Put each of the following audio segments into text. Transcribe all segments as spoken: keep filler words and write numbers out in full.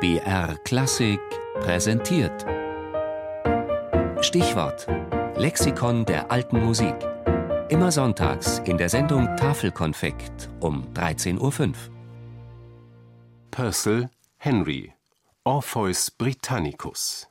B R Klassik präsentiert. Stichwort: Lexikon der alten Musik. Immer sonntags in der Sendung Tafelkonfekt um dreizehn Uhr fünf. Purcell, Henry, Orpheus Britannicus.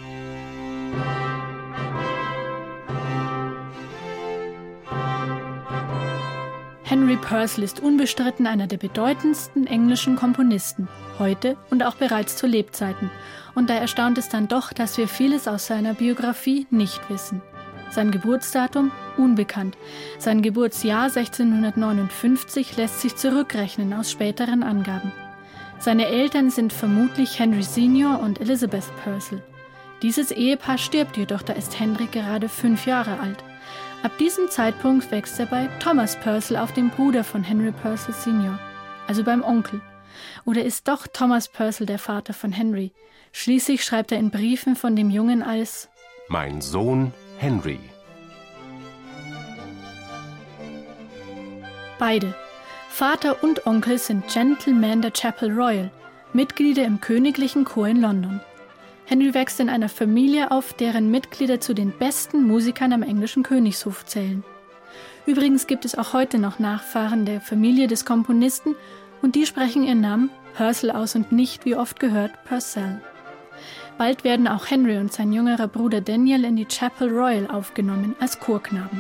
Henry Purcell ist unbestritten einer der bedeutendsten englischen Komponisten, heute und auch bereits zu Lebzeiten. Und da erstaunt es dann doch, dass wir vieles aus seiner Biografie nicht wissen. Sein Geburtsdatum? Unbekannt. Sein Geburtsjahr sechzehnhundertneunundfünfzig lässt sich zurückrechnen aus späteren Angaben. Seine Eltern sind vermutlich Henry Senior und Elizabeth Purcell. Dieses Ehepaar stirbt jedoch, da ist Henry gerade fünf Jahre alt. Ab diesem Zeitpunkt wächst er bei Thomas Purcell auf, dem Bruder von Henry Purcell Senior, also beim Onkel. Oder ist doch Thomas Purcell der Vater von Henry? Schließlich schreibt er in Briefen von dem Jungen als »Mein Sohn Henry«. Beide, Vater und Onkel, sind Gentlemen der Chapel Royal, Mitglieder im königlichen Chor in London. Henry wächst in einer Familie auf, deren Mitglieder zu den besten Musikern am englischen Königshof zählen. Übrigens gibt es auch heute noch Nachfahren der Familie des Komponisten und die sprechen ihren Namen Purcell aus und nicht, wie oft gehört, Purcell. Bald werden auch Henry und sein jüngerer Bruder Daniel in die Chapel Royal aufgenommen als Chorknaben.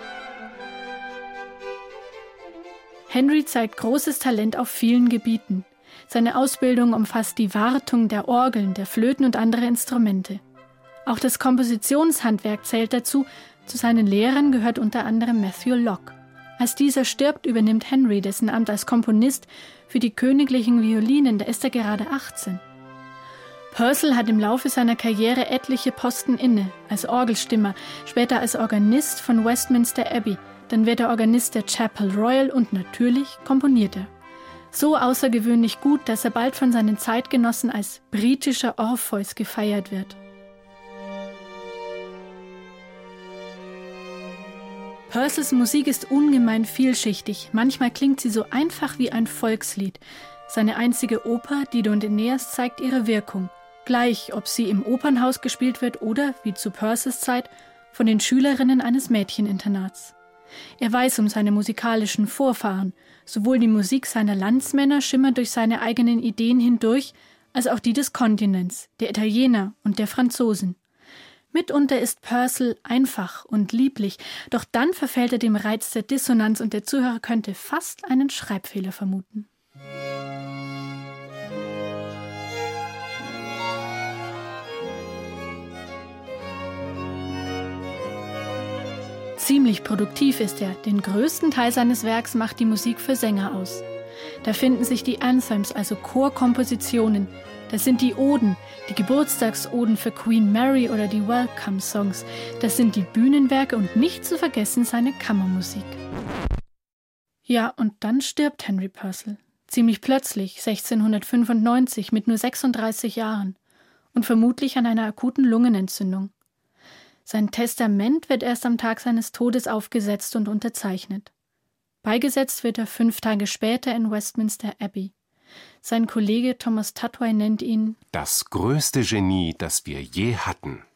Henry zeigt großes Talent auf vielen Gebieten. Seine Ausbildung umfasst die Wartung der Orgeln, der Flöten und andere Instrumente. Auch das Kompositionshandwerk zählt dazu. Zu seinen Lehrern gehört unter anderem Matthew Locke. Als dieser stirbt, übernimmt Henry dessen Amt als Komponist für die königlichen Violinen, da ist er gerade achtzehn. Purcell hat im Laufe seiner Karriere etliche Posten inne, als Orgelstimmer, später als Organist von Westminster Abbey, dann wird er Organist der Chapel Royal und natürlich komponiert er. So außergewöhnlich gut, dass er bald von seinen Zeitgenossen als britischer Orpheus gefeiert wird. Purcells Musik ist ungemein vielschichtig, manchmal klingt sie so einfach wie ein Volkslied. Seine einzige Oper, Dido und Aeneas, zeigt ihre Wirkung. Gleich, ob sie im Opernhaus gespielt wird oder, wie zu Purcells Zeit, von den Schülerinnen eines Mädcheninternats. Er weiß um seine musikalischen Vorfahren. Sowohl die Musik seiner Landsmänner schimmert durch seine eigenen Ideen hindurch, als auch die des Kontinents, der Italiener und der Franzosen. Mitunter ist Purcell einfach und lieblich, doch dann verfällt er dem Reiz der Dissonanz und der Zuhörer könnte fast einen Schreibfehler vermuten. Ziemlich produktiv ist er. Den größten Teil seines Werks macht die Musik für Sänger aus. Da finden sich die Anthems, also Chorkompositionen. Das sind die Oden, die Geburtstagsoden für Queen Mary oder die Welcome-Songs. Das sind die Bühnenwerke und nicht zu vergessen seine Kammermusik. Ja, und dann stirbt Henry Purcell. Ziemlich plötzlich, sechzehnhundertfünfundneunzig, mit nur sechsunddreißig Jahren. Und vermutlich an einer akuten Lungenentzündung. Sein Testament wird erst am Tag seines Todes aufgesetzt und unterzeichnet. Beigesetzt wird er fünf Tage später in Westminster Abbey. Sein Kollege Thomas Tutway nennt ihn das größte Genie, das wir je hatten.